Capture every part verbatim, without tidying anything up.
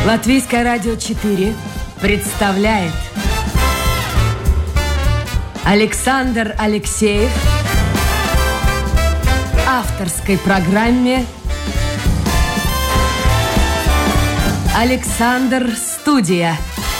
Латвийское радио четыре представляет Александр Алексеев в авторской программе «Александр Студия».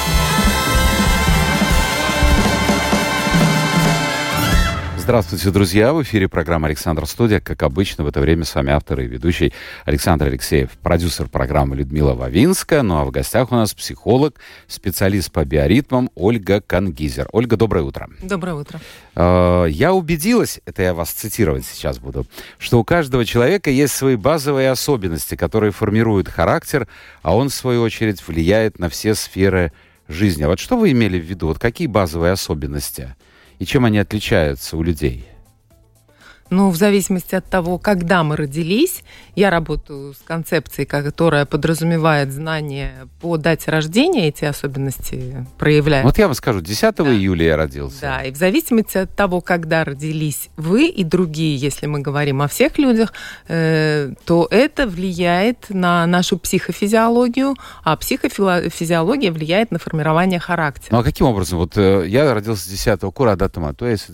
Здравствуйте, друзья! В эфире программа «Александр Студия». Как обычно, в это время с вами автор и ведущий Александр Алексеев, продюсер программы Людмила Вавинска. Ну а в гостях у нас психолог, специалист по биоритмам Ольга Кангизер. Ольга, доброе утро. Доброе утро. Я убедилась, это я вас цитировать сейчас буду, что у каждого человека есть свои базовые особенности, которые формируют характер, а он, в свою очередь, влияет на все сферы жизни. А вот что вы имели в виду? Вот какие базовые особенности? И чем они отличаются у людей? Ну, в зависимости от того, когда мы родились, я работаю с концепцией, которая подразумевает знание по дате рождения, эти особенности проявляют. Вот я вам скажу, десятого да. июля я родился. Да, и в зависимости от того, когда родились вы и другие, если мы говорим о всех людях, э, то это влияет на нашу психофизиологию, а психофизиология влияет на формирование характера. Ну, а каким образом? Вот э, я родился десятого, кура датума, то есть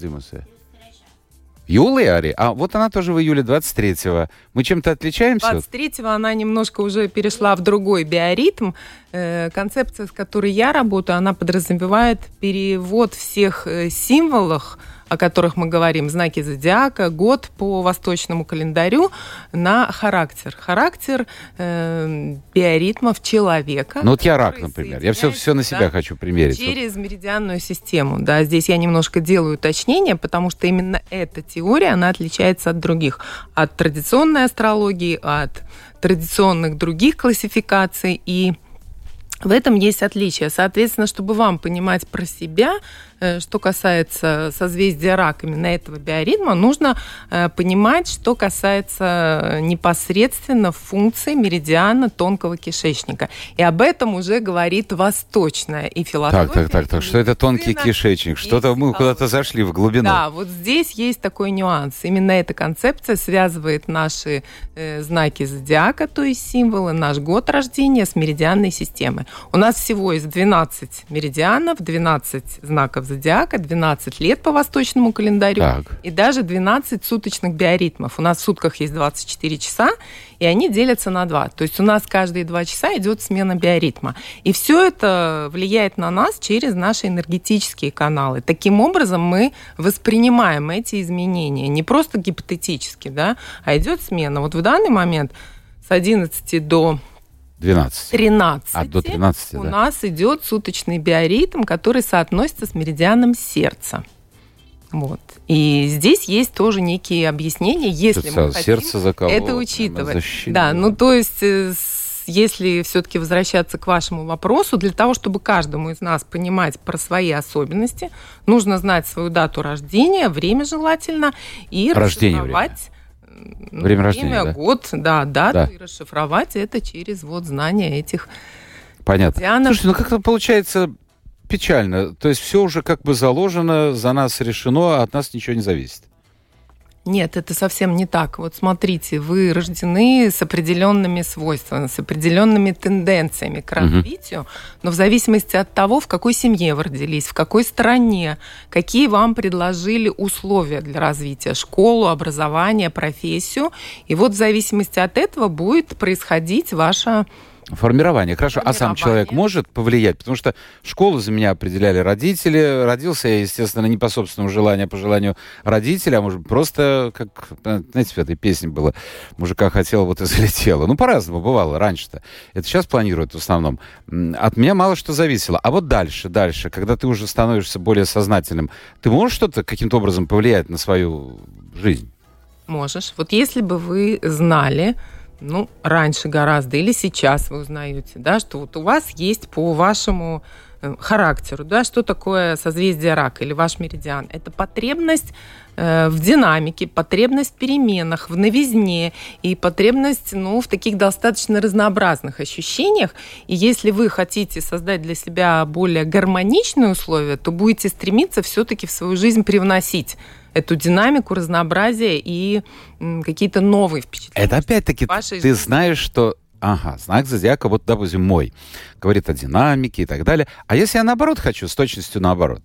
Юлия Ари? А вот она тоже в июле двадцать третьего. Мы чем-то отличаемся? двадцать третьего она немножко уже перешла в другой биоритм. Э, концепция, с которой я работаю, она подразумевает перевод всех символов, о которых мы говорим, знаки зодиака, год по восточному календарю, на характер. Характер э, биоритмов человека. Ну вот я рак, например. Я все, все на себя да, хочу примерить. Через меридианную систему. Да, здесь я немножко делаю уточнение, потому что именно эта теория, она отличается от других. От традиционной астрологии, от традиционных других классификаций. И в этом есть отличие. Соответственно, чтобы вам понимать про себя, что касается созвездия Рак, именно этого биоритма, нужно понимать, что касается непосредственно функций меридиана тонкого кишечника. И об этом уже говорит восточная и философия. Так, так, так, так. Что это тонкий кишечник? Что-то мы куда-то зашли в глубину. Да, вот здесь есть такой нюанс. Именно эта концепция связывает наши э, знаки зодиака, то есть символы, наш год рождения с меридианной системой. У нас всего есть двенадцать меридианов, двенадцать знаков зодиака, двенадцать лет по восточному календарю так. И даже двенадцать суточных биоритмов. У нас в сутках есть двадцать четыре часа, и они делятся на два. То есть у нас каждые два часа идет смена биоритма. И все это влияет на нас через наши энергетические каналы. Таким образом мы воспринимаем эти изменения не просто гипотетически, да, а идет смена. Вот в данный момент с одиннадцати до двенадцати. тринадцати. А, до тринадцати, у да. нас идет суточный биоритм, который соотносится с меридианом сердца. Вот. И здесь есть тоже некие объяснения, если Сердце, мы хотим сердце закололо, это учитывать. Защитно. Да, ну то есть, если все-таки возвращаться к вашему вопросу, для того, чтобы каждому из нас понимать про свои особенности, нужно знать свою дату рождения, время желательно, и Рождение, расшифровать. Время, время рождения, время, да? год, да, дату, да. И расшифровать это через вот знание этих Понятно. Дианов. Слушайте, ну как-то получается печально. То есть все уже как бы заложено, за нас решено, а от нас ничего не зависит. Нет, это совсем не так. Вот смотрите, вы рождены с определенными свойствами, с определенными тенденциями к развитию, угу. но в зависимости от того, в какой семье вы родились, в какой стране, какие вам предложили условия для развития, школу, образование, профессию, и вот в зависимости от этого будет происходить ваша Формирование, хорошо. Формирование. А сам человек может повлиять? Потому что школу за меня определяли родители. Родился я, естественно, не по собственному желанию, а по желанию родителя. А может, просто, как, знаете, в этой песне было, мужика хотела, вот и залетела. Ну, по-разному бывало раньше-то. Это сейчас планируют в основном. От меня мало что зависело. А вот дальше, дальше, когда ты уже становишься более сознательным, ты можешь что-то каким-то образом повлиять на свою жизнь? Можешь. Вот если бы вы знали, ну, раньше гораздо, или сейчас вы узнаете, да, что вот у вас есть по вашему характеру, да, что такое созвездие Рака или ваш меридиан. Это потребность э, в динамике, потребность в переменах, в новизне и потребность, ну, в таких достаточно разнообразных ощущениях. И если вы хотите создать для себя более гармоничные условия, то будете стремиться все-таки в свою жизнь привносить эту динамику, разнообразие и м, какие-то новые впечатления. Это опять-таки ты жизни. Знаешь, что ага, знак зодиака, вот, допустим, мой, говорит о динамике и так далее. А если я наоборот хочу, с точностью наоборот?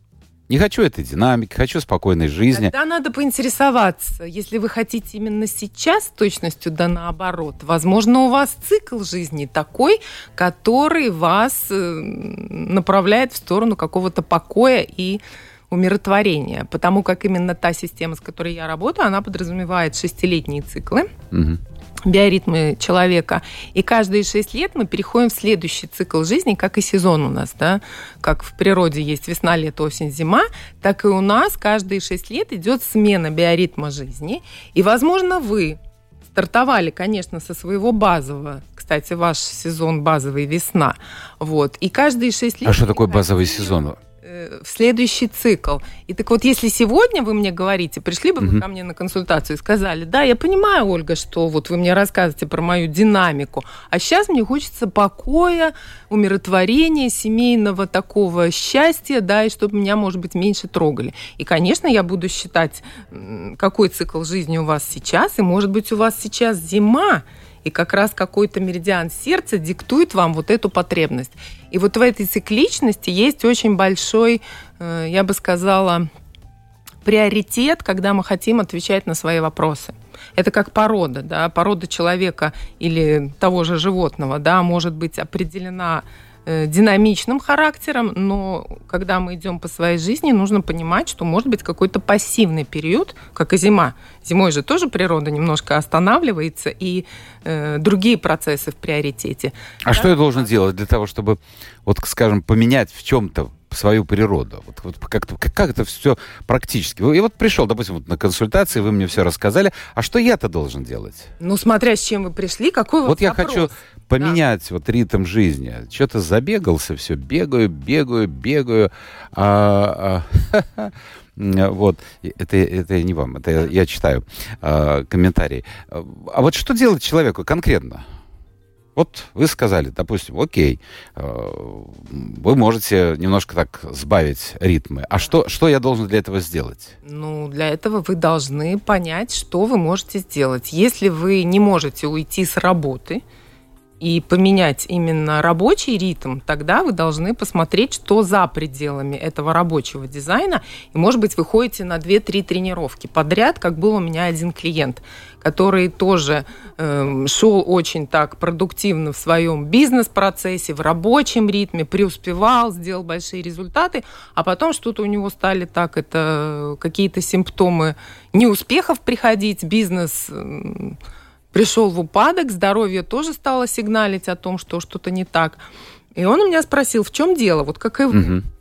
Не хочу этой динамики, хочу спокойной жизни. Тогда надо поинтересоваться, если вы хотите именно сейчас с точностью да наоборот. Возможно, у вас цикл жизни такой, который вас направляет в сторону какого-то покоя и умиротворения. Потому как именно та система, с которой я работаю, она подразумевает шестилетние циклы. Угу. Биоритмы человека. И каждые шесть лет мы переходим в следующий цикл жизни, как и сезон у нас, да. Как в природе есть весна, лето, осень, зима, так и у нас каждые шесть лет идет смена биоритма жизни. И, возможно, вы стартовали, конечно, со своего базового. Кстати, ваш сезон базовый весна. Вот. И каждые шесть лет... А что такое базовый сезон? В следующий цикл. И так вот, если сегодня вы мне говорите, пришли бы вы uh-huh. ко мне на консультацию и сказали, да, я понимаю, Ольга, что вот вы мне рассказываете про мою динамику, а сейчас мне хочется покоя, умиротворения, семейного такого счастья, да, и чтобы меня, может быть, меньше трогали. И, конечно, я буду считать, какой цикл жизни у вас сейчас, и, может быть, у вас сейчас зима, и как раз какой-то меридиан сердца диктует вам вот эту потребность. И вот в этой цикличности есть очень большой, я бы сказала, приоритет, когда мы хотим отвечать на свои вопросы. Это как порода, да, порода человека или того же животного, да, может быть определена динамичным характером, но когда мы идем по своей жизни, нужно понимать, что может быть какой-то пассивный период, как и зима. Зимой же тоже природа немножко останавливается, и э, другие процессы в приоритете. А да? Что я должен делать для того, чтобы, вот, скажем, поменять в чем-то свою природу? Вот, вот как-то, как это все практически? И вот пришел, допустим, вот на консультации, вы мне все рассказали. А что я-то должен делать? Ну, смотря с чем вы пришли, какой у вас вот я вопрос. хочу поменять да. вот ритм жизни. Что-то забегался, все, бегаю, бегаю, бегаю. А, а, вот, это, это не вам, это я, я читаю а, комментарии. А вот что делать человеку конкретно? Вот вы сказали, допустим, окей, вы можете немножко так сбавить ритмы. А что, что я должен для этого сделать? Ну, для этого вы должны понять, что вы можете сделать. Если вы не можете уйти с работы и поменять именно рабочий ритм, тогда вы должны посмотреть, что за пределами этого рабочего дизайна. И, может быть, вы ходите на две-три тренировки подряд, как был у меня один клиент, который тоже э, шел очень так продуктивно в своем бизнес-процессе, в рабочем ритме, преуспевал, сделал большие результаты, а потом что-то у него стали так, это какие-то симптомы неуспехов приходить, бизнес... Э, пришел в упадок, здоровье тоже стало сигналить о том, что что-то не так. И он у меня спросил, в чем дело, вот как и вы. Угу.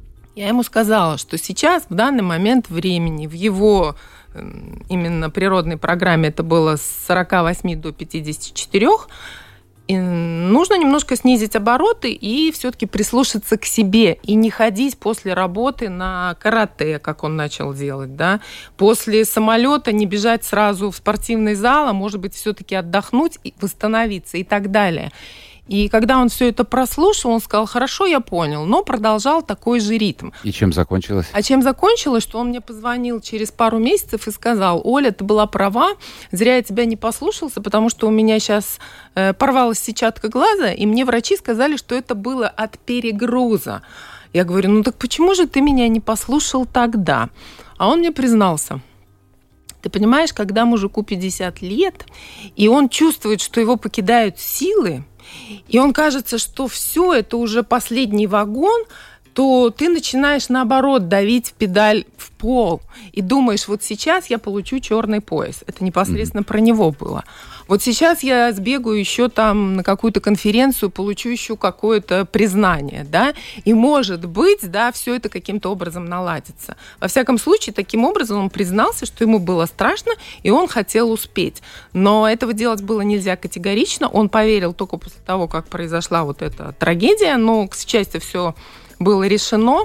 Я ему сказала, что сейчас, в данный момент времени, в его именно природной программе, это было с сорока восьми до пятидесяти четырёх, и нужно немножко снизить обороты и все-таки прислушаться к себе и не ходить после работы на карате, как он начал делать, да. После самолета не бежать сразу в спортивный зал, а может быть все-таки отдохнуть и восстановиться и так далее. И когда он все это прослушал, он сказал, хорошо, я понял, но продолжал такой же ритм. И чем закончилось? А чем закончилось, что он мне позвонил через пару месяцев и сказал, Оля, ты была права, зря я тебя не послушался, потому что у меня сейчас э, порвалась сетчатка глаза, и мне врачи сказали, что это было от перегруза. Я говорю, ну так почему же ты меня не послушал тогда? А он мне признался. Ты понимаешь, когда мужику пятьдесят лет, и он чувствует, что его покидают силы, и он кажется, что все, это уже последний вагон, то ты начинаешь, наоборот, давить в педаль в пол и думаешь, вот сейчас я получу черный пояс. Это непосредственно mm-hmm. про него было. Вот сейчас я сбегаю еще там на какую-то конференцию, получу еще какое-то признание, да, и, может быть, да, все это каким-то образом наладится. Во всяком случае, таким образом он признался, что ему было страшно, и он хотел успеть. Но этого делать было нельзя категорично. Он поверил только после того, как произошла вот эта трагедия, но, к счастью, все было решено.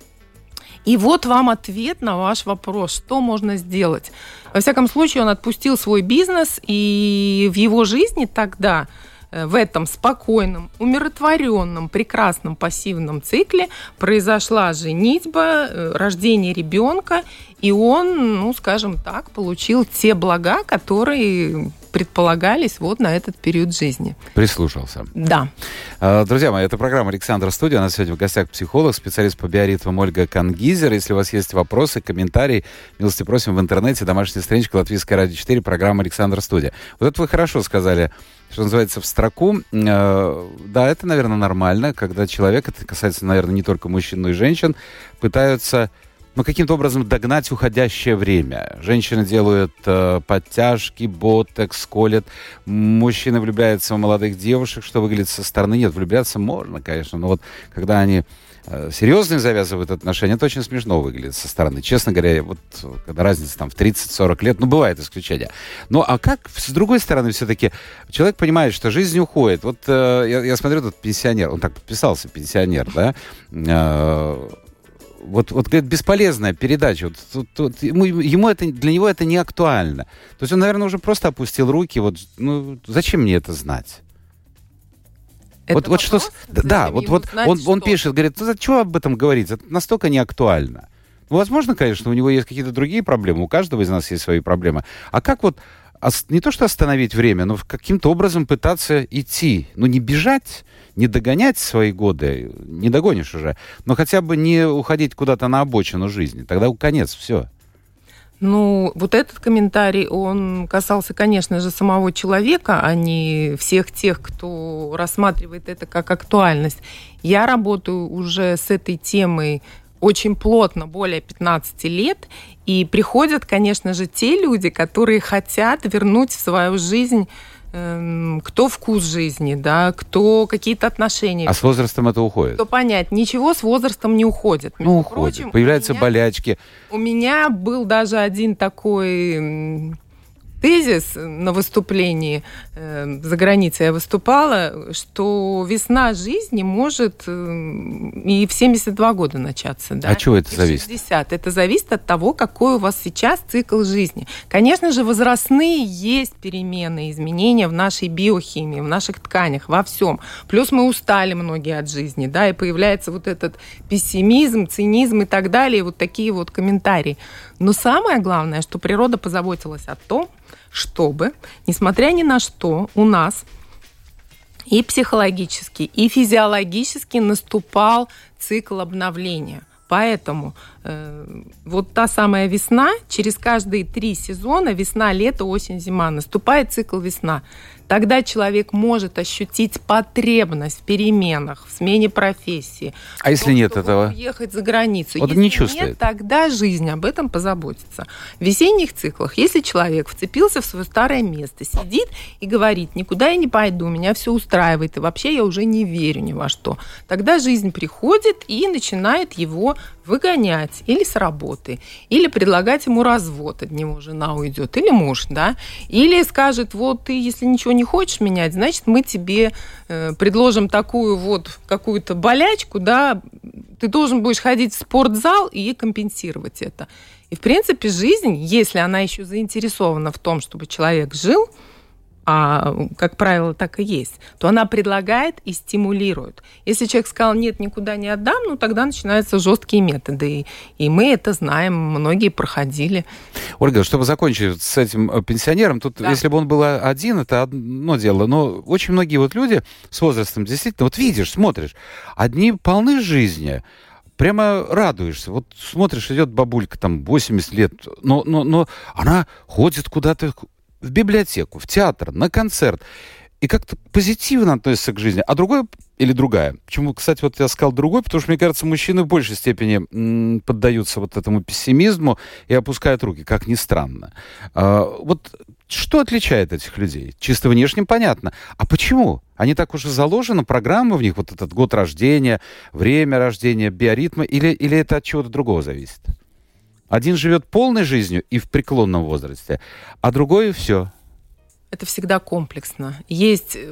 И вот вам ответ на ваш вопрос, что можно сделать. Во всяком случае, он отпустил свой бизнес, и в его жизни тогда, в этом спокойном, умиротворенном, прекрасном пассивном цикле произошла женитьба, рождение ребенка, и он, ну, скажем так, получил те блага, которые предполагались вот на этот период жизни. Прислушался. Да. Друзья мои, это программа «Александр Студия». У нас сегодня в гостях психолог, специалист по биоритмам Ольга Кангизер. Если у вас есть вопросы, комментарии, милости просим в интернете, домашняя страничка Латвийская радио четыре, программа «Александр Студия». Вот это вы хорошо сказали, что называется, в строку. Да, это, наверное, нормально, когда человек, это касается, наверное, не только мужчин, но и женщин, пытаются... но каким-то образом догнать уходящее время. Женщины делают э, подтяжки, ботекс, колят. Мужчины влюбляются в молодых девушек, что выглядит со стороны. Нет, влюбляться можно, конечно, но вот когда они э, серьезные завязывают отношения, это очень смешно выглядит со стороны. Честно говоря, вот когда разница там в тридцать-сорок лет, ну, бывает исключения. Ну, а как, с другой стороны, все-таки человек понимает, что жизнь уходит. Вот э, я, я смотрю, тут пенсионер, он так подписался, пенсионер, да, э, Вот, вот говорит, бесполезная передача. Вот, вот, вот, ему, ему это, для него это не актуально. То есть он, наверное, уже просто опустил руки. Вот, ну, зачем мне это знать? Это вот, вот что, да, вот, вот он, он пишет, говорит, ну зачем об этом говорить? Это настолько не актуально. Ну, возможно, конечно, у него есть какие-то другие проблемы. У каждого из нас есть свои проблемы. А как вот не то что остановить время, но каким-то образом пытаться идти? Ну, не бежать, не догонять свои годы, не догонишь уже, но хотя бы не уходить куда-то на обочину жизни. Тогда конец, все. Ну, вот этот комментарий, он касался, конечно же, самого человека, а не всех тех, кто рассматривает это как актуальность. Я работаю уже с этой темой очень плотно, более пятнадцати лет, и приходят, конечно же, те люди, которые хотят вернуть в свою жизнь э, кто вкус жизни, да, кто какие-то отношения. А с возрастом это уходит? Кто понять, ничего с возрастом не уходит. Ну, уходит. Прочим, появляются меня, болячки. У меня был даже один такой тезис на выступлении э, за границей я выступала, что весна жизни может э, и в семьдесят два года начаться. Да? А чего это зависит? шестьдесят. Это зависит от того, какой у вас сейчас цикл жизни. Конечно же, возрастные есть перемены, изменения в нашей биохимии, в наших тканях, во всем. Плюс мы устали многие от жизни, да, и появляется вот этот пессимизм, цинизм и так далее, и вот такие вот комментарии. Но самое главное, что природа позаботилась о том, чтобы, несмотря ни на что, у нас и психологически, и физиологически наступал цикл обновления. Поэтому э, вот та самая весна, через каждые три сезона, весна, лето, осень, зима, наступает цикл весна. Тогда человек может ощутить потребность в переменах, в смене профессии. А если том, нет этого? Уехать за границу. Вот если не чувствует. Нет, тогда жизнь об этом позаботится. В весенних циклах, если человек вцепился в свое старое место, сидит и говорит, никуда я не пойду, меня все устраивает, и вообще я уже не верю ни во что, тогда жизнь приходит и начинает его выгонять или с работы, или предлагать ему развод, от него жена уйдет, или муж, да, или скажет, вот ты, если ничего не хочешь менять, значит, мы тебе э, предложим такую вот какую-то болячку, да, ты должен будешь ходить в спортзал и компенсировать это. И, в принципе, жизнь, если она еще заинтересована в том, чтобы человек жил, а, как правило, так и есть, то она предлагает и стимулирует. Если человек сказал, нет, никуда не отдам, ну, тогда начинаются жесткие методы. И, и мы это знаем, многие проходили. Ольга, чтобы закончить с этим пенсионером, тут, да. Если бы он был один, это одно дело, но очень многие вот люди с возрастом, действительно, вот видишь, смотришь, одни полны жизни, прямо радуешься. Вот смотришь, идет бабулька, там, восемьдесят лет, но, но, но она ходит куда-то в библиотеку, в театр, на концерт, и как-то позитивно относится к жизни. А другой или другая? Почему, кстати, вот я сказал другой, потому что, мне кажется, мужчины в большей степени м, поддаются вот этому пессимизму и опускают руки, как ни странно. А, вот что отличает этих людей? Чисто внешне понятно. А почему? Они так уже заложены, программа в них, вот этот год рождения, время рождения, биоритмы, или, или это от чего-то другого зависит? Один живет полной жизнью и в преклонном возрасте, а другой все. Это всегда комплексно. Есть вот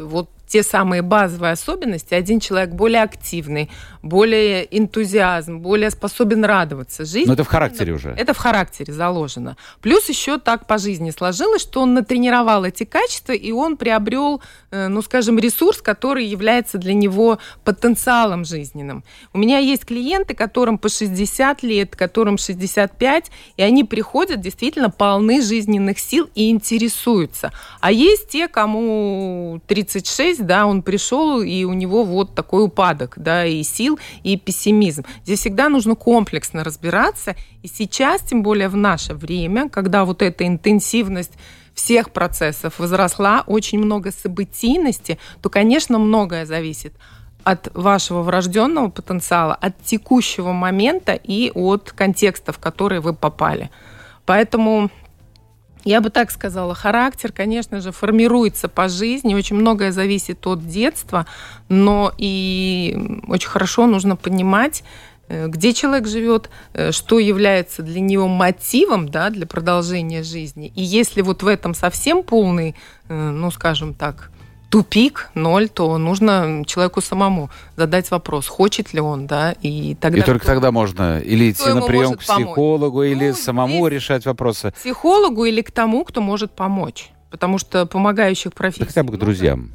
те самые базовые особенности. Один человек более активный, более энтузиазм, более способен радоваться жизни. Но это в характере уже. Это в характере заложено. Плюс еще так по жизни сложилось, что он натренировал эти качества, и он приобрел, ну, скажем, ресурс, который является для него потенциалом жизненным. У меня есть клиенты, которым по шестьдесят лет, которым шестьдесят пять, и они приходят действительно полны жизненных сил и интересуются. А есть те, кому тридцать шесть, да, он пришел, и у него вот такой упадок, да, и сил, и пессимизм. Здесь всегда нужно комплексно разбираться, и сейчас, тем более в наше время, когда вот эта интенсивность всех процессов возросла, очень много событийности, то, конечно, многое зависит от вашего врожденного потенциала, от текущего момента и от контекста, в который вы попали. Поэтому я бы так сказала, характер, конечно же, формируется по жизни, очень многое зависит от детства, но и очень хорошо нужно понимать, где человек живет, что является для него мотивом, да, для продолжения жизни. И если вот в этом совсем полный, ну, скажем так, тупик, ноль, то нужно человеку самому задать вопрос, хочет ли он, да, и тогда... И только тогда можно или идти на прием к психологу, помочь? Или ну, самому решать вопросы. К психологу или к тому, кто может помочь, потому что помогающих профессий... Да хотя бы к друзьям.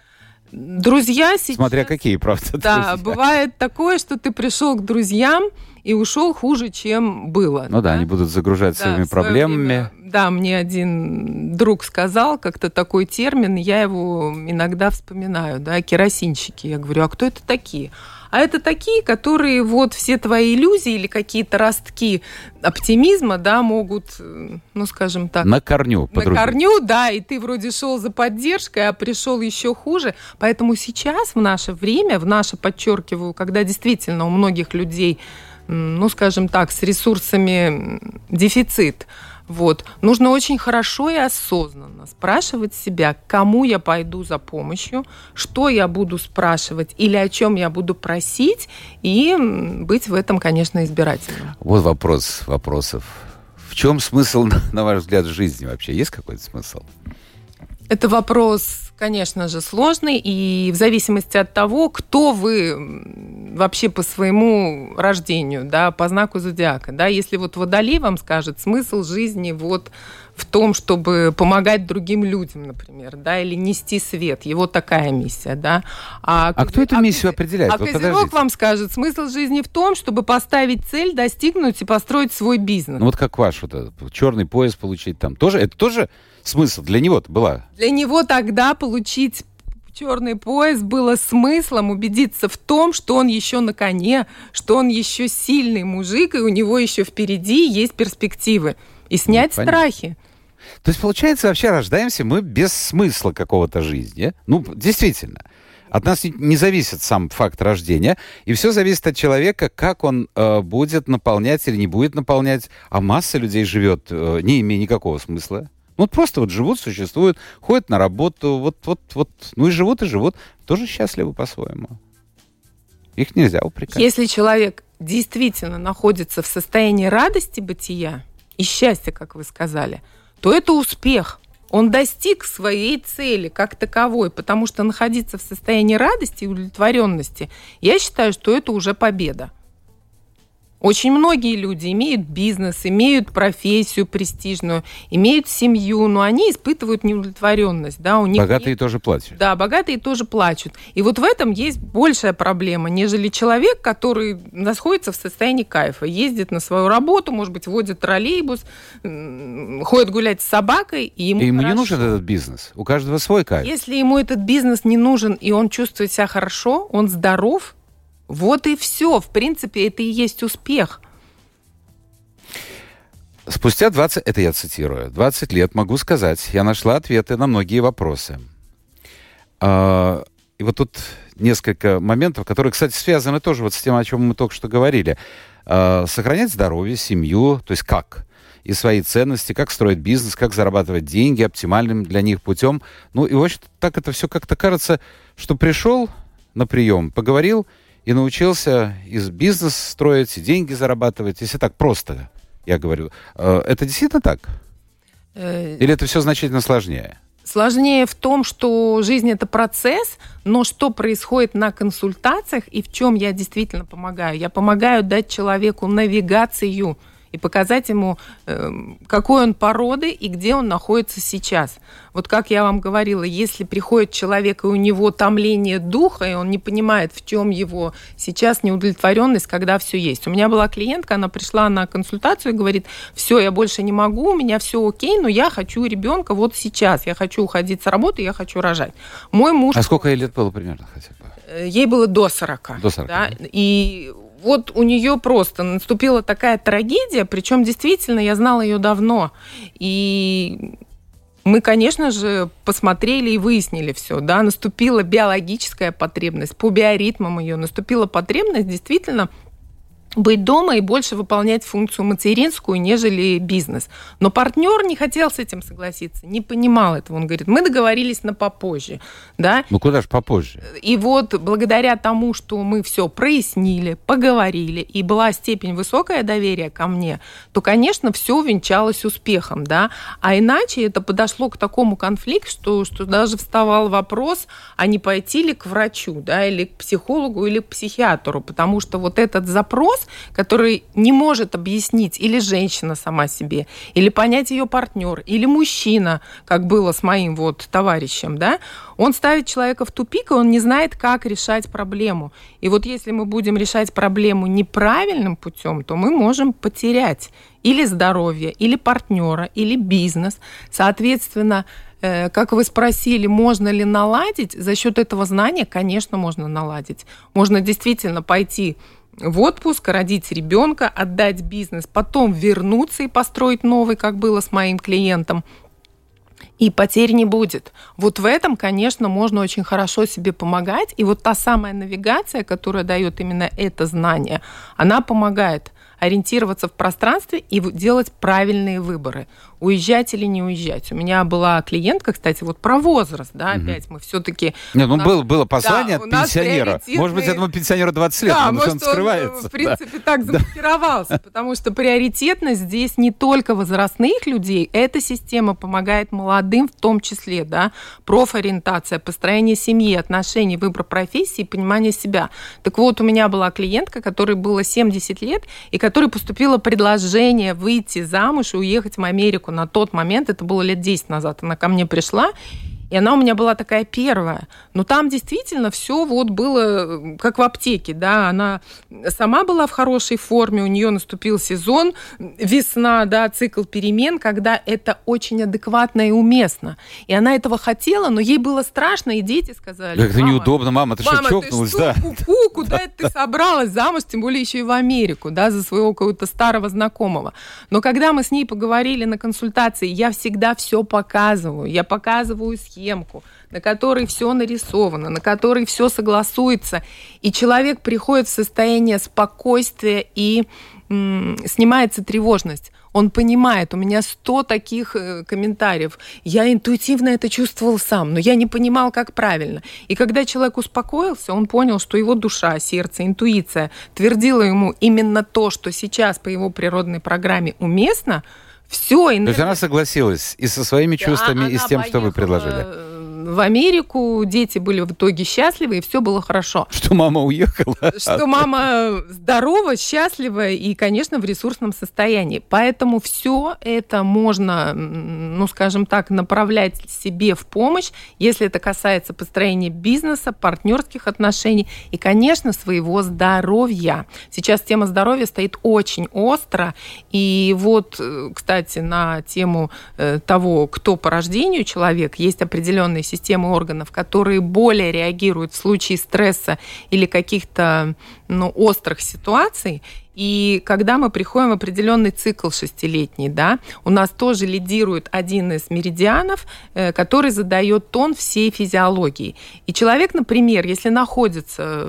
Друзья сейчас... Смотря какие, правда, Да, друзья. Бывает такое, что ты пришел к друзьям и ушел хуже, чем было. Ну да, да они будут загружать да, своими проблемами. Время, да, мне один друг сказал как-то такой термин, я его иногда вспоминаю, да, керосинщики. Я говорю, а кто это такие? А это такие, которые вот все твои иллюзии или какие-то ростки оптимизма, да, могут, ну, скажем так... На корню подрубить. На корню, да, и ты вроде шел за поддержкой, а пришел еще хуже. Поэтому сейчас, в наше время, в наше, подчеркиваю, когда действительно у многих людей, ну, скажем так, с ресурсами дефицит, вот, нужно очень хорошо и осознанно спрашивать себя, кому я пойду за помощью, что я буду спрашивать или о чем я буду просить, и быть в этом, конечно, избирательным. Вот вопрос вопросов. В чем смысл, на ваш взгляд, жизни вообще? Есть какой-то смысл? Это вопрос, конечно же, сложный, и в зависимости от того, кто вы вообще по своему рождению, да, по знаку зодиака, да, если вот Водолей вам скажет, смысл жизни вот в том, чтобы помогать другим людям, например, да, или нести свет, его такая миссия, да. А, а кто эту миссию а, определяет? А вот Козерог подождите. вам скажет, смысл жизни в том, чтобы поставить цель, достигнуть и построить свой бизнес. Ну вот как ваш вот этот черный пояс получить там, тоже, это тоже смысл для него-то была? Для него тогда получить черный пояс было смыслом убедиться в том, что он еще на коне, что он еще сильный мужик, и у него еще впереди есть перспективы. И снять ну, страхи. То есть, получается, вообще рождаемся мы без смысла какого-то жизни. Ну, действительно. От нас не, не зависит сам факт рождения, и все зависит от человека, как он э, будет наполнять или не будет наполнять. А масса людей живет, э, не имея никакого смысла. Ну, вот просто вот живут, существуют, ходят на работу, вот, вот, вот, ну и живут, и живут. Тоже счастливы по-своему. Их нельзя упрекать. Если человек действительно находится в состоянии радости бытия и счастья, как вы сказали, то это успех. Он достиг своей цели как таковой, потому что находиться в состоянии радости и удовлетворенности, я считаю, что это уже победа. Очень многие люди имеют бизнес, имеют профессию престижную, имеют семью, но они испытывают неудовлетворенность. Да, у них богатые нет... тоже плачут. Да, богатые тоже плачут. И вот в этом есть большая проблема, нежели человек, который находится в состоянии кайфа, ездит на свою работу, может быть, водит троллейбус, ходит гулять с собакой, и ему, и ему хорошо. Не нужен этот бизнес. У каждого свой кайф. Если ему этот бизнес не нужен, и он чувствует себя хорошо, он здоров, вот и все. В принципе, это и есть успех. Спустя двадцать, это я цитирую, двадцать лет могу сказать, я нашла ответы на многие вопросы. А, и вот тут несколько моментов, которые, кстати, связаны тоже вот с тем, о чем мы только что говорили. А, сохранять здоровье, семью, то есть как? И свои ценности, как строить бизнес, как зарабатывать деньги оптимальным для них путем. Ну и, в общем, так это все как-то кажется, что пришел на прием, поговорил, и научился из бизнес строить, и деньги зарабатывать, если так просто, я говорю. Это действительно так? Или это все значительно сложнее? Сложнее в том, что жизнь – это процесс, но что происходит на консультациях и в чем я действительно помогаю? Я помогаю дать человеку навигацию и показать ему, какой он породы и где он находится сейчас. Вот как я вам говорила, если приходит человек, и у него томление духа, и он не понимает, в чем его сейчас неудовлетворенность, когда все есть. У меня была клиентка, она пришла на консультацию и говорит: все, я больше не могу, у меня все окей, но я хочу ребенка вот сейчас, я хочу уходить с работы, я хочу рожать. Мой муж... А сколько ей лет было примерно хотя бы? Ей было до сорока. До сорока. Да? И вот у нее просто наступила такая трагедия, причем действительно я знала ее давно. И мы, конечно же, посмотрели и выяснили все. Да? Наступила биологическая потребность, по биоритмам ее наступила потребность действительно быть дома и больше выполнять функцию материнскую, нежели бизнес. Но партнер не хотел с этим согласиться, не понимал этого. Он говорит: мы договорились на попозже. Да? Ну куда же попозже? И вот благодаря тому, что мы все прояснили, поговорили, и была степень высокое доверие ко мне, то, конечно, все увенчалось успехом. Да? А иначе это подошло к такому конфликту, что, что даже вставал вопрос, а не пойти ли к врачу, да, или к психологу, или к психиатру, потому что вот этот запрос, который не может объяснить или женщина сама себе, или понять ее партнер, или мужчина, как было с моим вот товарищем, да, он ставит человека в тупик, и он не знает, как решать проблему. И вот если мы будем решать проблему неправильным путем, то мы можем потерять или здоровье, или партнера, или бизнес. Соответственно, как вы спросили, можно ли наладить, за счет этого знания, конечно, можно наладить. Можно действительно пойти в отпуск, родить ребенка, отдать бизнес, потом вернуться и построить новый, как было с моим клиентом. И потерь не будет. Вот в этом, конечно, можно очень хорошо себе помогать. И вот та самая навигация, которая дает именно это знание, она помогает ориентироваться в пространстве и делать правильные выборы. Уезжать или не уезжать. У меня была клиентка, кстати, вот про возраст, да, угу. опять мы все-таки... Нет, ну нас... было, было послание да, от пенсионера. приоритетные... Может быть, этому пенсионеру двадцать лет, да, но может, он скрывается. Он, в принципе, да. так да. замаскировался, потому что приоритетность здесь не только возрастных людей, эта система помогает молодым в том числе, да, профориентация, построение семьи, отношений, выбор профессии, понимание себя. Так вот, у меня была клиентка, которой было семьдесят лет, и которой поступило предложение выйти замуж и уехать в Америку. На тот момент, это было лет десять назад, она ко мне пришла, и она у меня была такая первая. Но там действительно все вот было как в аптеке, да, она сама была в хорошей форме, у нее наступил сезон, весна, да, цикл перемен, когда это очень адекватно и уместно. И она этого хотела, но ей было страшно, и дети сказали: это неудобно, мама, ты мама, что, чокнулась? Ты что, да. ку-ку, куда это ты собралась замуж, тем более еще и в Америку, да, за своего какого-то старого знакомого. Но когда мы с ней поговорили на консультации, я всегда все показываю, я показываю схему, на которой все нарисовано, на которой все согласуется, и человек приходит в состояние спокойствия и м- снимается тревожность. Он понимает, у меня сто таких э, комментариев. Я интуитивно это чувствовал сам, но я не понимал, как правильно. И когда человек успокоился, он понял, что его душа, сердце, интуиция твердила ему именно то, что сейчас по его природной программе уместно. Все, энергия... То есть она согласилась и со своими чувствами, да, и с тем, что вы предложили? В Америку, дети были в итоге счастливы, и все было хорошо. Что мама уехала. Что мама здорова, счастлива и, конечно, в ресурсном состоянии. Поэтому все это можно, ну, скажем так, направлять себе в помощь, если это касается построения бизнеса, партнерских отношений и, конечно, своего здоровья. Сейчас тема здоровья стоит очень остро. И вот, кстати, на тему того, кто по рождению человек, есть определенные системы органов, которые более реагируют в случае стресса или каких-то, ну, острых ситуаций. И когда мы приходим в определенный цикл шестилетний, да, у нас тоже лидирует один из меридианов, э, который задает тон всей физиологии. И человек, например, если находится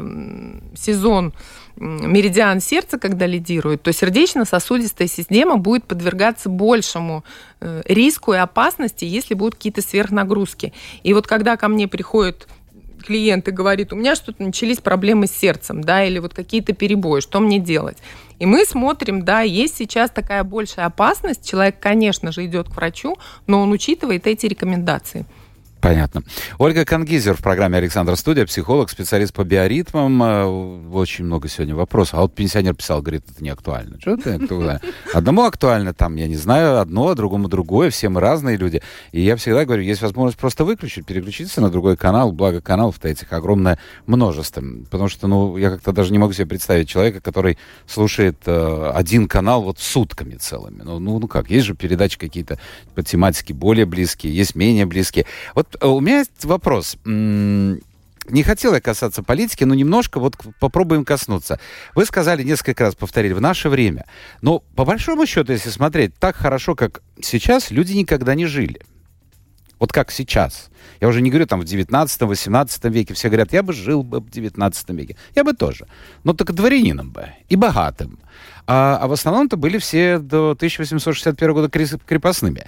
сезон меридиан сердца, когда лидирует, то сердечно-сосудистая система будет подвергаться большему э, риску и опасности, если будут какие-то сверхнагрузки. И вот когда ко мне приходит клиент и говорит: у меня что-то начались проблемы с сердцем, да, или вот какие-то перебои, что мне делать? И мы смотрим, да, есть сейчас такая большая опасность, человек, конечно же, идет к врачу, но он учитывает эти рекомендации. Понятно. Ольга Кангизер в программе «Александр Студия», психолог, специалист по биоритмам. Очень много сегодня вопросов. А вот пенсионер писал, говорит, это не актуально. Что это актуально? Одному актуально, там, я не знаю, одно, другому другое. Все мы разные люди. И я всегда говорю, есть возможность просто выключить, переключиться на другой канал. Благо каналов-то этих огромное множество. Потому что, ну, я как-то даже не могу себе представить человека, который слушает э, один канал вот сутками целыми. Ну, ну, ну как, есть же передачи какие-то по тематике более близкие, есть менее близкие. Вот у меня есть вопрос. Не хотел я касаться политики, но немножко вот попробуем коснуться. Вы сказали, несколько раз повторили, в наше время. Но по большому счету, если смотреть, так хорошо, как сейчас, люди никогда не жили. Вот как сейчас. Я уже не говорю там в девятнадцатом-восемнадцатом веке. Все говорят, я бы жил бы в девятнадцатом веке. Я бы тоже. Но только дворянином бы. И богатым. А, а в основном-то были все до тысяча восемьсот шестьдесят первого года крепостными.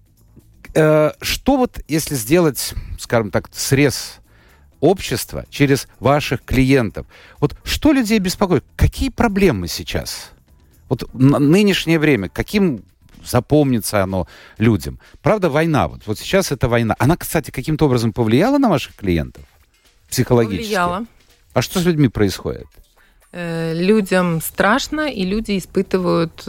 Что вот, если сделать, скажем так, срез общества через ваших клиентов, вот что людей беспокоит? Какие проблемы сейчас? Вот в нынешнее время, каким запомнится оно людям? Правда, война, вот, вот сейчас это война. Она, кстати, каким-то образом повлияла на ваших клиентов? Психологически? Повлияла. А что с людьми происходит? Людям страшно, и люди испытывают...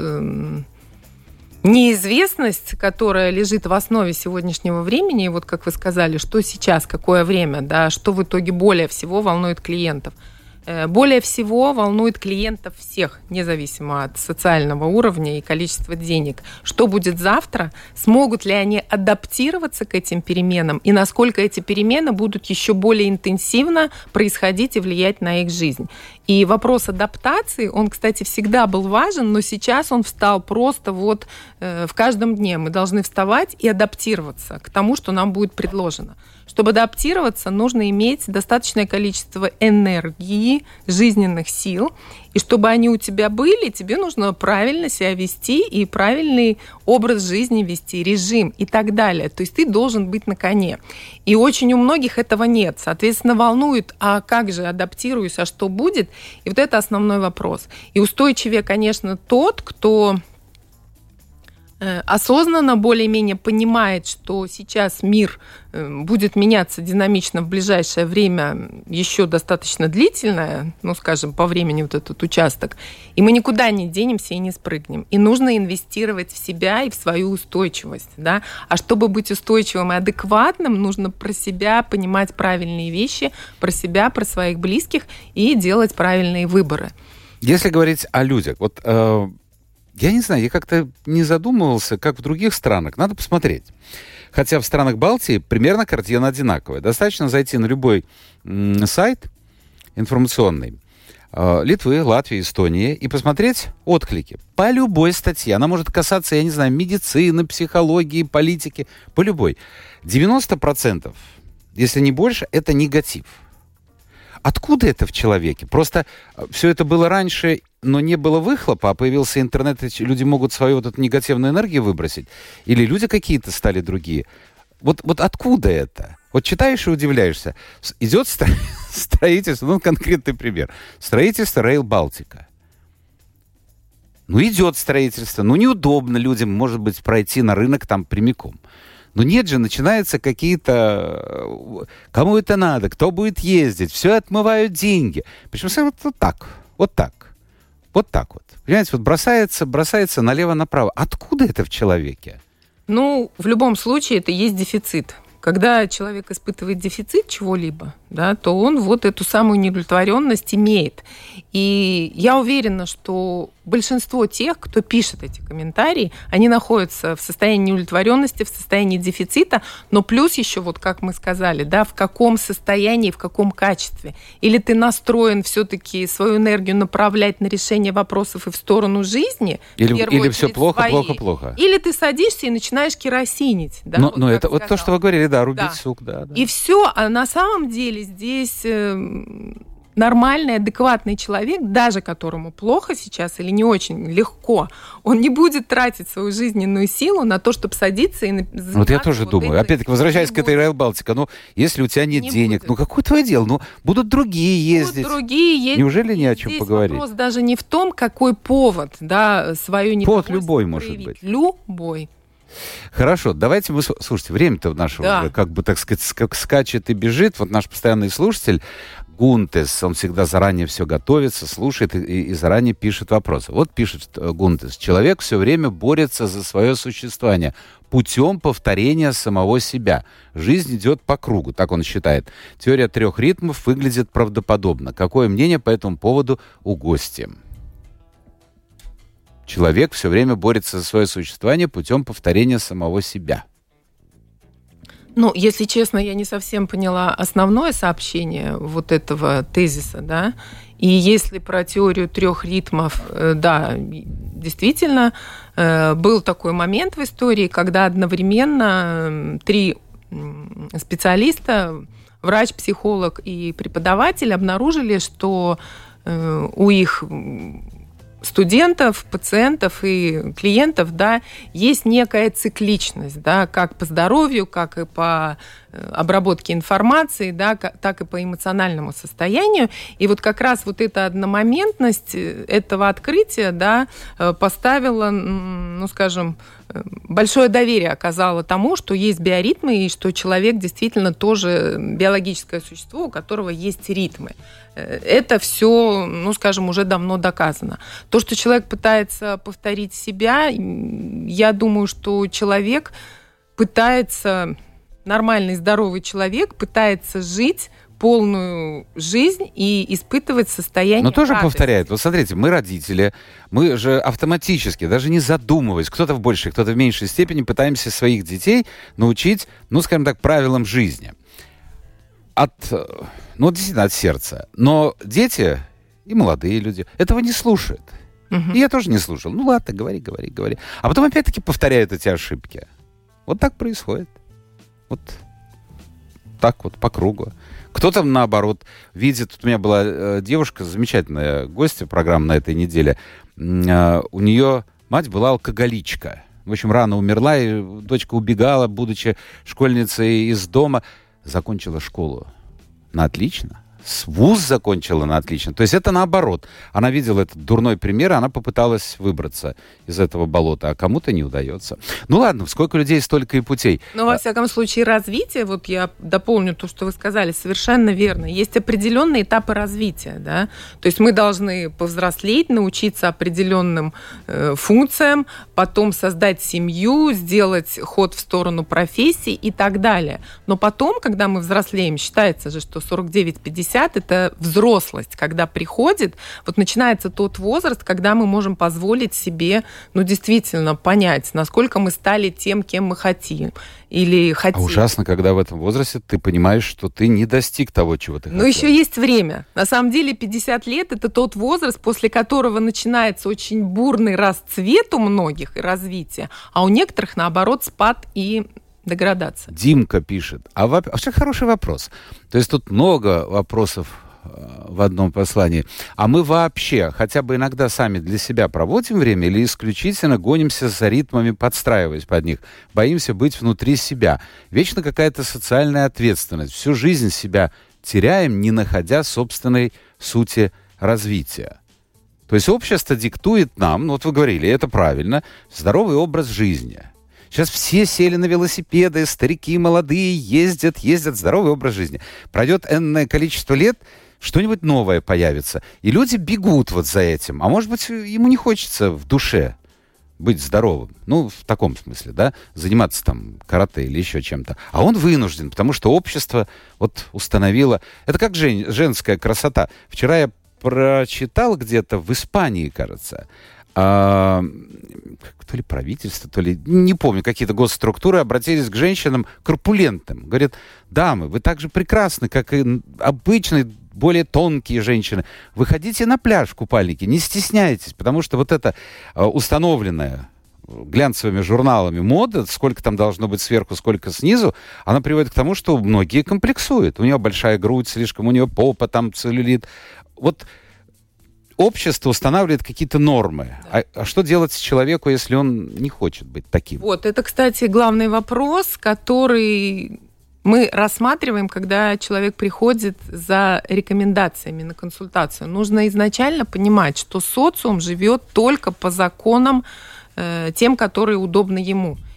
неизвестность, которая лежит в основе сегодняшнего времени, и вот как вы сказали, что сейчас, какое время, да, что в итоге более всего волнует клиентов. Более всего волнует клиентов всех, независимо от социального уровня и количества денег. Что будет завтра? Смогут ли они адаптироваться к этим переменам? И насколько эти перемены будут еще более интенсивно происходить и влиять на их жизнь? И вопрос адаптации, он, кстати, всегда был важен, но сейчас он встал просто вот э, в каждом дне. Мы должны вставать и адаптироваться к тому, что нам будет предложено. Чтобы адаптироваться, нужно иметь достаточное количество энергии, жизненных сил. И чтобы они у тебя были, тебе нужно правильно себя вести и правильный образ жизни вести, режим и так далее. То есть ты должен быть на коне. И очень у многих этого нет. Соответственно, волнует, а как же адаптируюсь, а что будет? И вот это основной вопрос. И устойчивее, конечно, тот, кто осознанно более-менее понимает, что сейчас мир будет меняться динамично в ближайшее время, еще достаточно длительное, ну, скажем, по времени вот этот участок, и мы никуда не денемся и не спрыгнем. И нужно инвестировать в себя и в свою устойчивость. Да? А чтобы быть устойчивым и адекватным, нужно про себя понимать правильные вещи, про себя, про своих близких и делать правильные выборы. Если говорить о людях, вот... Э... Я не знаю, я как-то не задумывался, как в других странах. Надо посмотреть. Хотя в странах Балтии примерно картина одинаковая. Достаточно зайти на любой м- сайт информационный э, Литвы, Латвии, Эстонии и посмотреть отклики по любой статье. Она может касаться, я не знаю, медицины, психологии, политики, по любой. девяносто процентов, если не больше, это негатив. Откуда это в человеке? Просто все это было раньше, но не было выхлопа, а появился интернет, и люди могут свою вот эту негативную энергию выбросить. Или люди какие-то стали другие. Вот, вот откуда это? Вот читаешь и удивляешься. Идет стро... строительство, ну, конкретный пример. Строительство Rail Baltica. Ну, идет строительство, ну, неудобно людям, может быть, пройти на рынок там прямиком. Но нет же, начинаются какие-то... Кому это надо? Кто будет ездить? Все отмывают деньги. Причем вот, вот так, вот так, вот так вот. Понимаете, вот бросается, бросается налево-направо. Откуда это в человеке? Ну, в любом случае, это есть дефицит. Когда человек испытывает дефицит чего-либо, да, то он вот эту самую неудовлетворенность имеет. И я уверена, что большинство тех, кто пишет эти комментарии, они находятся в состоянии неудовлетворенности, в состоянии дефицита, но плюс еще, вот как мы сказали, да, в каком состоянии, в каком качестве. Или ты настроен все-таки свою энергию направлять на решение вопросов и в сторону жизни. Или, или все плохо, своей. плохо, плохо. Или ты садишься и начинаешь керосинить. Да, но вот но это вот то, что вы говорили, да, рубить да. сук, да, да. И все, а на самом деле здесь нормальный, адекватный человек, даже которому плохо сейчас или не очень легко, он не будет тратить свою жизненную силу на то, чтобы садиться и заниматься. Вот я тоже вот думаю. Опять-таки, возвращаясь к этой Rail Baltica, ну, если у тебя нет не денег, будет. ну, какое твое дело? Ну, будут другие ездить. Будут другие ездить. Неужели не о чем Здесь поговорить? Вопрос даже не в том, какой повод, да, свою недовольство Повод любой может проявить. быть. Любой. Хорошо, давайте мы... Слушайте, время-то наше да. уже, как бы, так сказать, как скачет и бежит. Вот наш постоянный слушатель Гунтес, он всегда заранее все готовится, слушает и, и заранее пишет вопросы. Вот пишет Гунтес. Человек все время борется за свое существование путем повторения самого себя. Жизнь идет по кругу, так он считает. Теория трех ритмов выглядит правдоподобно. Какое мнение по этому поводу у гостя? Человек все время борется за свое существование путем повторения самого себя. Ну, если честно, я не совсем поняла основное сообщение вот этого тезиса, да. И если про теорию трех ритмов, да, действительно, был такой момент в истории, когда одновременно три специалиста, врач, психолог и преподаватель, обнаружили, что у их студентов, пациентов и клиентов, да, есть некая цикличность, да, как по здоровью, как и по обработке информации, да, так и по эмоциональному состоянию. И вот как раз вот эта одномоментность этого открытия, да, поставила, ну, скажем, большое доверие оказало тому, что есть биоритмы и что человек действительно тоже биологическое существо, у которого есть ритмы. Это все, ну, скажем, уже давно доказано. То, что человек пытается повторить себя, я думаю, что человек пытается, нормальный, здоровый человек пытается жить полную жизнь и испытывать состояние Но тоже радости. Повторяет. Вот смотрите, мы родители, мы же автоматически, даже не задумываясь, кто-то в большей, кто-то в меньшей степени пытаемся своих детей научить, ну, скажем так, правилам жизни. От, ну, действительно, от сердца. Но дети и молодые люди этого не слушают. Угу. И я тоже не слушал. Ну, ладно, говори, говори, говори. А потом опять-таки повторяют эти ошибки. Вот так происходит. Вот так вот, по кругу. Кто-то, наоборот, видит... Вот у меня была э, девушка, замечательная гостья программы на этой неделе. Э, у нее мать была алкоголичка. В общем, рано умерла, и дочка убегала, будучи школьницей из дома. Закончила школу на отлично. Вуз закончила на отлично. То есть это наоборот. Она видела этот дурной пример, и она попыталась выбраться из этого болота, а кому-то не удается. Ну ладно, сколько людей, столько и путей. Но, во всяком случае, развитие, вот я дополню то, что вы сказали, совершенно верно. Есть определенные этапы развития, да. То есть мы должны повзрослеть, научиться определенным э, функциям, потом создать семью, сделать ход в сторону профессии и так далее. Но потом, когда мы взрослеем, считается же, что сорок девять пятьдесят это взрослость, когда приходит, вот начинается тот возраст, когда мы можем позволить себе, ну, действительно понять, насколько мы стали тем, кем мы хотим. Или хотим. А ужасно, когда в этом возрасте ты понимаешь, что ты не достиг того, чего ты хотел. Но еще есть время. На самом деле пятьдесят лет – это тот возраст, после которого начинается очень бурный расцвет у многих и развитие, а у некоторых, наоборот, спад и деградация. Димка пишет. А вообще хороший вопрос. То есть тут много вопросов в одном послании. А мы вообще хотя бы иногда сами для себя проводим время или исключительно гонимся за ритмами, подстраиваясь под них? Боимся быть внутри себя. Вечно какая-то социальная ответственность. Всю жизнь себя теряем, не находя собственной сути развития. То есть общество диктует нам, ну вот вы говорили, это правильно, здоровый образ жизни. Сейчас все сели на велосипеды, старики молодые ездят, ездят, здоровый образ жизни. Пройдет энное количество лет, что-нибудь новое появится. И люди бегут вот за этим. А может быть, ему не хочется в душе быть здоровым. Ну, в таком смысле, да, заниматься там карате или еще чем-то. А он вынужден, потому что общество вот установило... Это как жен... женская красота. Вчера я прочитал где-то в Испании, кажется, а, то ли правительство, то ли, не помню, какие-то госструктуры обратились к женщинам корпулентным. Говорят, дамы, вы так же прекрасны, как и обычные, более тонкие женщины. Выходите на пляж в купальнике, не стесняйтесь, потому что вот это установленное глянцевыми журналами мода, сколько там должно быть сверху, сколько снизу, она приводит к тому, что многие комплексуют. У нее большая грудь, слишком у нее попа, там целлюлит. Вот общество устанавливает какие-то нормы. Да. А, а что делать с человеку, если он не хочет быть таким? Вот, это, кстати, главный вопрос, который мы рассматриваем, когда человек приходит за рекомендациями на консультацию. Нужно изначально понимать, что социум живет только по законам э, тем, которые удобны ему.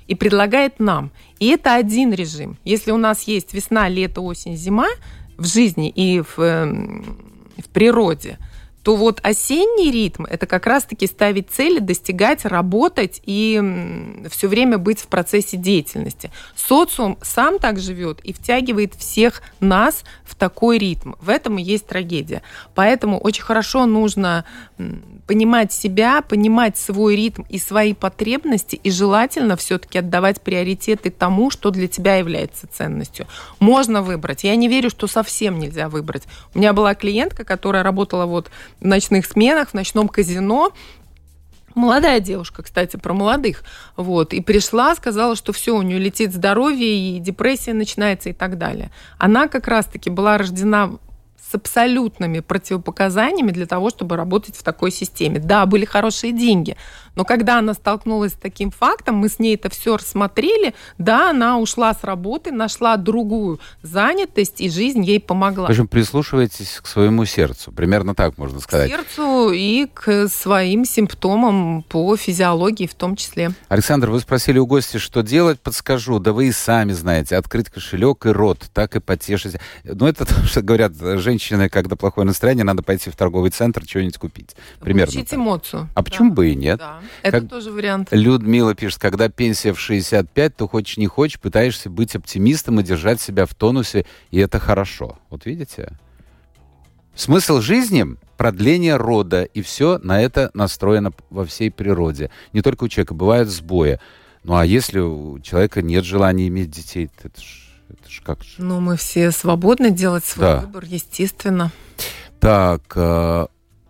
и предлагает нам. И это один режим. Если у нас есть весна, лето, осень, зима в жизни и в, в природе, то вот осенний ритм – это как раз-таки ставить цели, достигать, работать и все время быть в процессе деятельности. Социум сам так живет и втягивает всех нас в такой ритм. В этом и есть трагедия. Поэтому очень хорошо нужно понимать себя, понимать свой ритм и свои потребности, и желательно все-таки отдавать приоритеты тому, что для тебя является ценностью. Можно выбрать. Я не верю, что совсем нельзя выбрать. У меня была клиентка, которая работала вот в ночных сменах, в ночном казино. Молодая девушка, кстати, про молодых. Вот, и пришла, сказала, что все, у нее летит здоровье, и депрессия начинается и так далее. Она как раз-таки была рождена с абсолютными противопоказаниями для того, чтобы работать в такой системе. Да, были хорошие деньги, но когда она столкнулась с таким фактом, мы с ней это все рассмотрели, да, она ушла с работы, нашла другую занятость, и жизнь ей помогла. В общем, прислушивайтесь к своему сердцу, примерно так можно сказать. К сердцу и к своим симптомам по физиологии в том числе. Александр, вы спросили у гостя, что делать, подскажу. Да вы и сами знаете, открыть кошелек и рот, так и потешить. Ну, это то, что говорят женщины, когда плохое настроение, надо пойти в торговый центр, что-нибудь купить. Примерно. Получить эмоцию. А почему да. бы и нет? Да. Это как тоже вариант. Людмила пишет, когда пенсия в шестьдесят пять, то хочешь не хочешь, пытаешься быть оптимистом и держать себя в тонусе, и это хорошо. Вот видите? Смысл жизни – продление рода, и все на это настроено во всей природе. Не только у человека, бывают сбои. Ну а если у человека нет желания иметь детей, это ж, это ж как же? Ну, мы все свободны делать свой да. выбор, естественно. Так, э,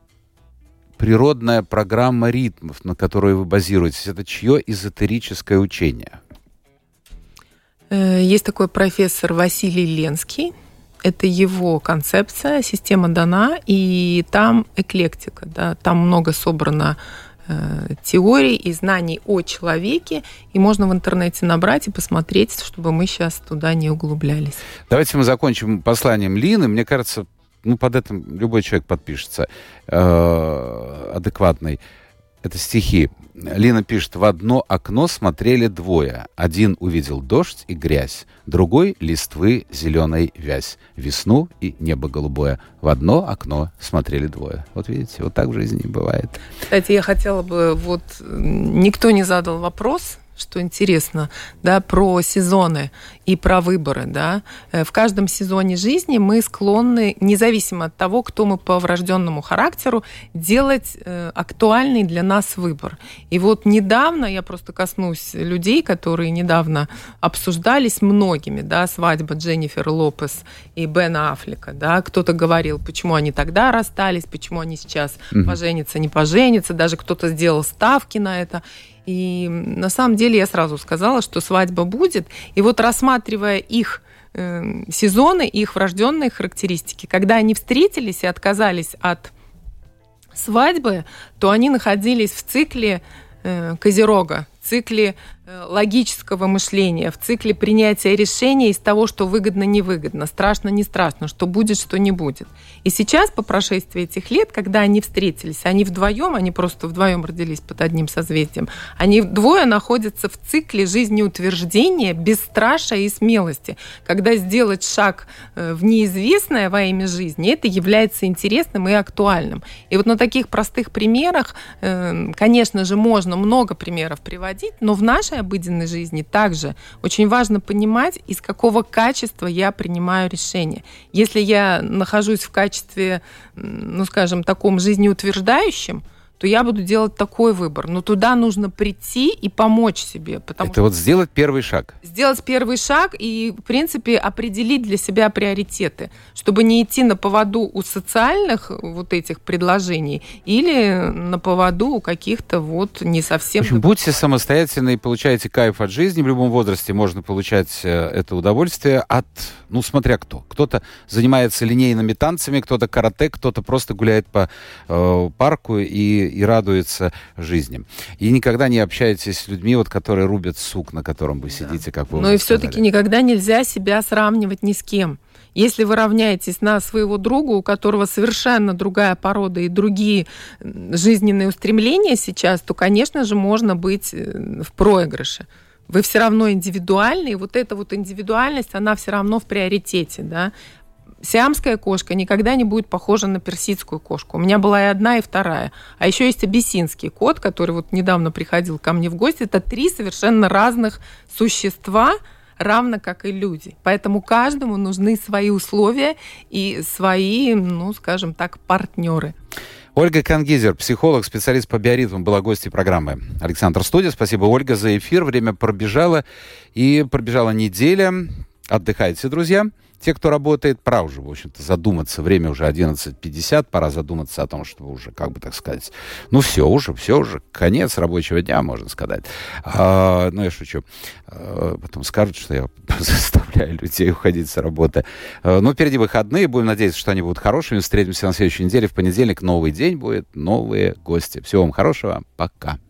природная программа ритмов, на которой вы базируетесь, это чье эзотерическое учение? Есть такой профессор Василий Ленский. Это его концепция, система дана, и там эклектика, да, там много собрано э, теорий и знаний о человеке, и можно в интернете набрать и посмотреть, чтобы мы сейчас туда не углублялись. Давайте мы закончим посланием Лины. Мне кажется, ну, под этим любой человек подпишется, э, адекватный. Это стихи. Лина пишет: в одно окно смотрели двое. Один увидел дождь и грязь, другой — листвы зеленой вязь, весну и небо голубое. В одно окно смотрели двое. Вот видите, вот так в жизни бывает. Кстати, я хотела бы, вот никто не задал вопрос, что интересно, да, про сезоны и про выборы, да. В каждом сезоне жизни мы склонны, независимо от того, кто мы по врожденному характеру, делать э, актуальный для нас выбор. И вот недавно, я просто коснусь людей, которые недавно обсуждались многими, да, свадьба Дженнифер Лопес и Бена Аффлека, да, кто-то говорил, почему они тогда расстались, почему они сейчас mm-hmm. поженятся, не поженятся, даже кто-то сделал ставки на это. И на самом деле я сразу сказала, что свадьба будет. И вот рассматривая их э, сезоны, их врожденные характеристики, когда они встретились и отказались от свадьбы, то они находились в цикле э, Козерога, в цикле э, логического мышления, в цикле принятия решения из того, что выгодно-невыгодно, страшно-не страшно, что будет, что не будет. И сейчас, по прошествии этих лет, когда они встретились, они вдвоем, они просто вдвоем родились под одним созвездием, они двое находятся в цикле жизнеутверждения, бесстрашия и смелости. Когда сделать шаг в неизвестное во имя жизни, это является интересным и актуальным. И вот на таких простых примерах, конечно же, можно много примеров приводить, но в нашей обыденной жизни также очень важно понимать, из какого качества я принимаю решение. Если я нахожусь в качестве, ну, скажем, таком жизнеутверждающем, то я буду делать такой выбор. Но туда нужно прийти и помочь себе. Потому Это что вот сделать первый шаг. Сделать первый шаг и, в принципе, определить для себя приоритеты, чтобы не идти на поводу у социальных вот этих предложений или на поводу у каких-то вот не совсем... В общем, будьте самостоятельны и получайте кайф от жизни. В любом возрасте можно получать это удовольствие от, ну, смотря кто. Кто-то занимается линейными танцами, кто-то карате, кто-то просто гуляет по э, парку и и радуется жизни. И никогда не общаетесь с людьми, вот, которые рубят сук, на котором вы да. сидите, как вы Но уже и все-таки сказали. Никогда нельзя себя сравнивать ни с кем. Если вы равняетесь на своего друга, у которого совершенно другая порода и другие жизненные устремления сейчас, то, конечно же, можно быть в проигрыше. вы все равно индивидуальны, и вот эта вот индивидуальность, она все равно в приоритете, да. Сиамская кошка никогда не будет похожа на персидскую кошку. У меня была и одна, и вторая. А еще есть абиссинский кот, который вот недавно приходил ко мне в гости. Это три совершенно разных существа, равно как и люди. Поэтому каждому нужны свои условия и свои, ну, скажем так, партнеры. Ольга Кангизер, психолог, специалист по биоритмам, была гостьей программы «Александр Студия». Спасибо, Ольга, за эфир. Время пробежало, и пробежала неделя. Отдыхайте, друзья. Те, кто работает, пора уже, в общем-то, задуматься. Время уже одиннадцать пятьдесят, пора задуматься о том, что уже, как бы так сказать, ну все уже, все уже, конец рабочего дня, можно сказать. А, ну, я шучу. А, потом скажут, что я заставляю людей уходить с работы. А, ну, впереди выходные, будем надеяться, что они будут хорошими. Встретимся на следующей неделе. В понедельник новый день будет, новые гости. Всего вам хорошего, пока.